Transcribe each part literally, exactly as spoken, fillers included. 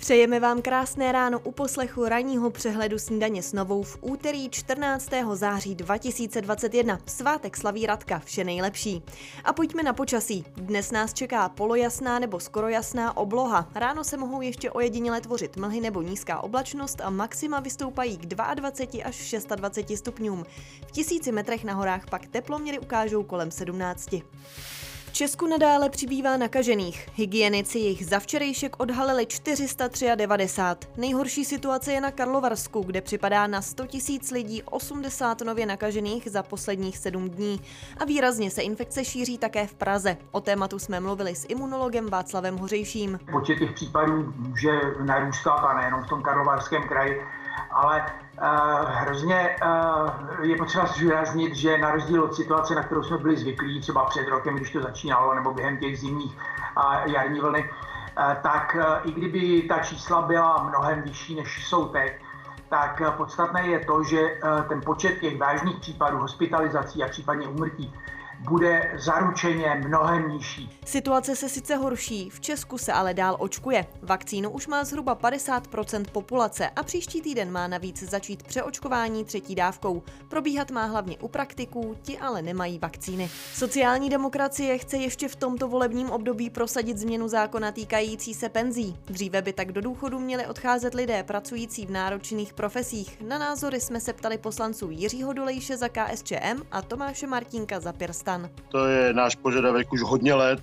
Přejeme vám krásné ráno u poslechu ranního přehledu Snídaně s Novou v úterý čtrnáctého září dva tisíce dvacet jedna. Svátek slaví Radka, vše nejlepší. A pojďme na počasí. Dnes nás čeká polojasná nebo skoro jasná obloha. Ráno se mohou ještě ojediněle tvořit mlhy nebo nízká oblačnost a maxima vystoupají k dvaceti dvěma až dvaceti šesti stupňům. V tisíci metrech na horách pak teploměry ukážou kolem sedmnácti. V Česku nadále přibývá nakažených. Hygienici jich za včerejšek odhalili čtyři sta devadesát tři. Nejhorší situace je na Karlovarsku, kde připadá na sto tisíc lidí osmdesát nově nakažených za posledních sedm dní. A výrazně se infekce šíří také v Praze. O tématu jsme mluvili s imunologem Václavem Hořejším. Počet těch případů může narůstat a nejenom v tom Karlovarském kraji, ale uh, hrozně uh, je potřeba zdůraznit, že na rozdíl od situace, na kterou jsme byli zvyklí třeba před rokem, když to začínalo, nebo během těch zimních a jarní vlny, uh, tak uh, i kdyby ta čísla byla mnohem vyšší, než jsou teď, tak uh, podstatné je to, že uh, ten počet těch vážných případů hospitalizací a případně úmrtí bude zaručeně mnohem nižší. Situace se sice horší, v Česku se ale dál očkuje. Vakcínu už má zhruba padesát procent populace a příští týden má navíc začít přeočkování třetí dávkou. Probíhat má hlavně u praktiků, ti ale nemají vakcíny. Sociální demokracie chce ještě v tomto volebním období prosadit změnu zákona týkající se penzí. Dříve by tak do důchodu měli odcházet lidé pracující v náročných profesích. Na názory jsme se ptali poslanců Jiřího Dolejše za K S Č M a Tomáše Martínka za PirSTAN. To je náš požadavek už hodně let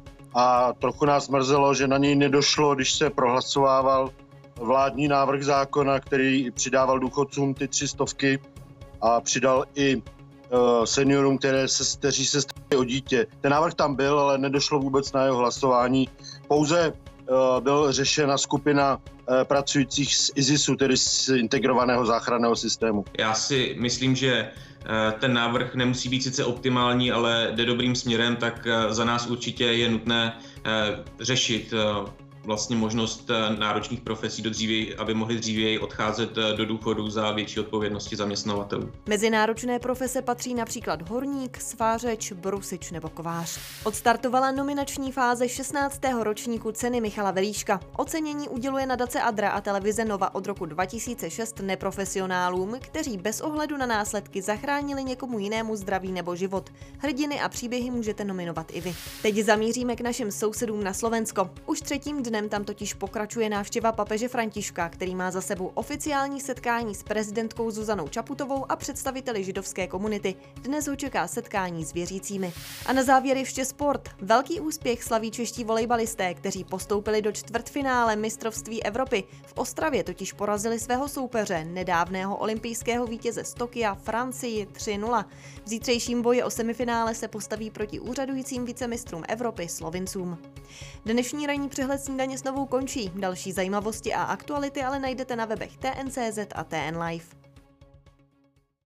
a trochu nás mrzelo, že na něj nedošlo, když se prohlasovával vládní návrh zákona, který přidával důchodcům ty tři stovky a přidal i uh, seniorům, které se, kteří se starali o dítě. Ten návrh tam byl, ale nedošlo vůbec na jeho hlasování. Pouze uh, byl řešena skupina uh, pracujících z I Z I S u, tedy z integrovaného záchranného systému. Já si myslím, že ten návrh nemusí být sice optimální, ale jde dobrým směrem, tak za nás určitě je nutné řešit vlastně možnost náročných profesí do dřívěji, aby mohli dřívěji odcházet do důchodu za větší odpovědnosti zaměstnavatelů. Mezi náročné profese patří například horník, svářeč, brusič nebo kovář. Odstartovala nominační fáze šestnáctého ročníku ceny Michala Velíška. Ocenění uděluje nadace Adra a televize Nova od roku dva tisíce šest neprofesionálům, kteří bez ohledu na následky zachránili někomu jinému zdraví nebo život. Hrdiny a příběhy můžete nominovat i vy. Teď zamíříme k našim sousedům na Slovensko. Už třetím dnem tam totiž pokračuje návštěva papeže Františka, který má za sebou oficiální setkání s prezidentkou Zuzanou Čaputovou a představiteli židovské komunity. Dnes ho čeká setkání s věřícími. A na závěr ještě sport. Velký úspěch slaví čeští volejbalisté, kteří postoupili do čtvrtfinále mistrovství Evropy. V Ostravě totiž porazili svého soupeře, nedávného olympijského vítěze z Tokia, Francii tři nula. V zítřejším boji o semifinále se postaví proti úřadujícím vicemistrům Evropy Slovincům. Dnešní ranní přehled Snídaně s Novou končí. Další zajímavosti a aktuality ale najdete na webech T N C Z a T N Live.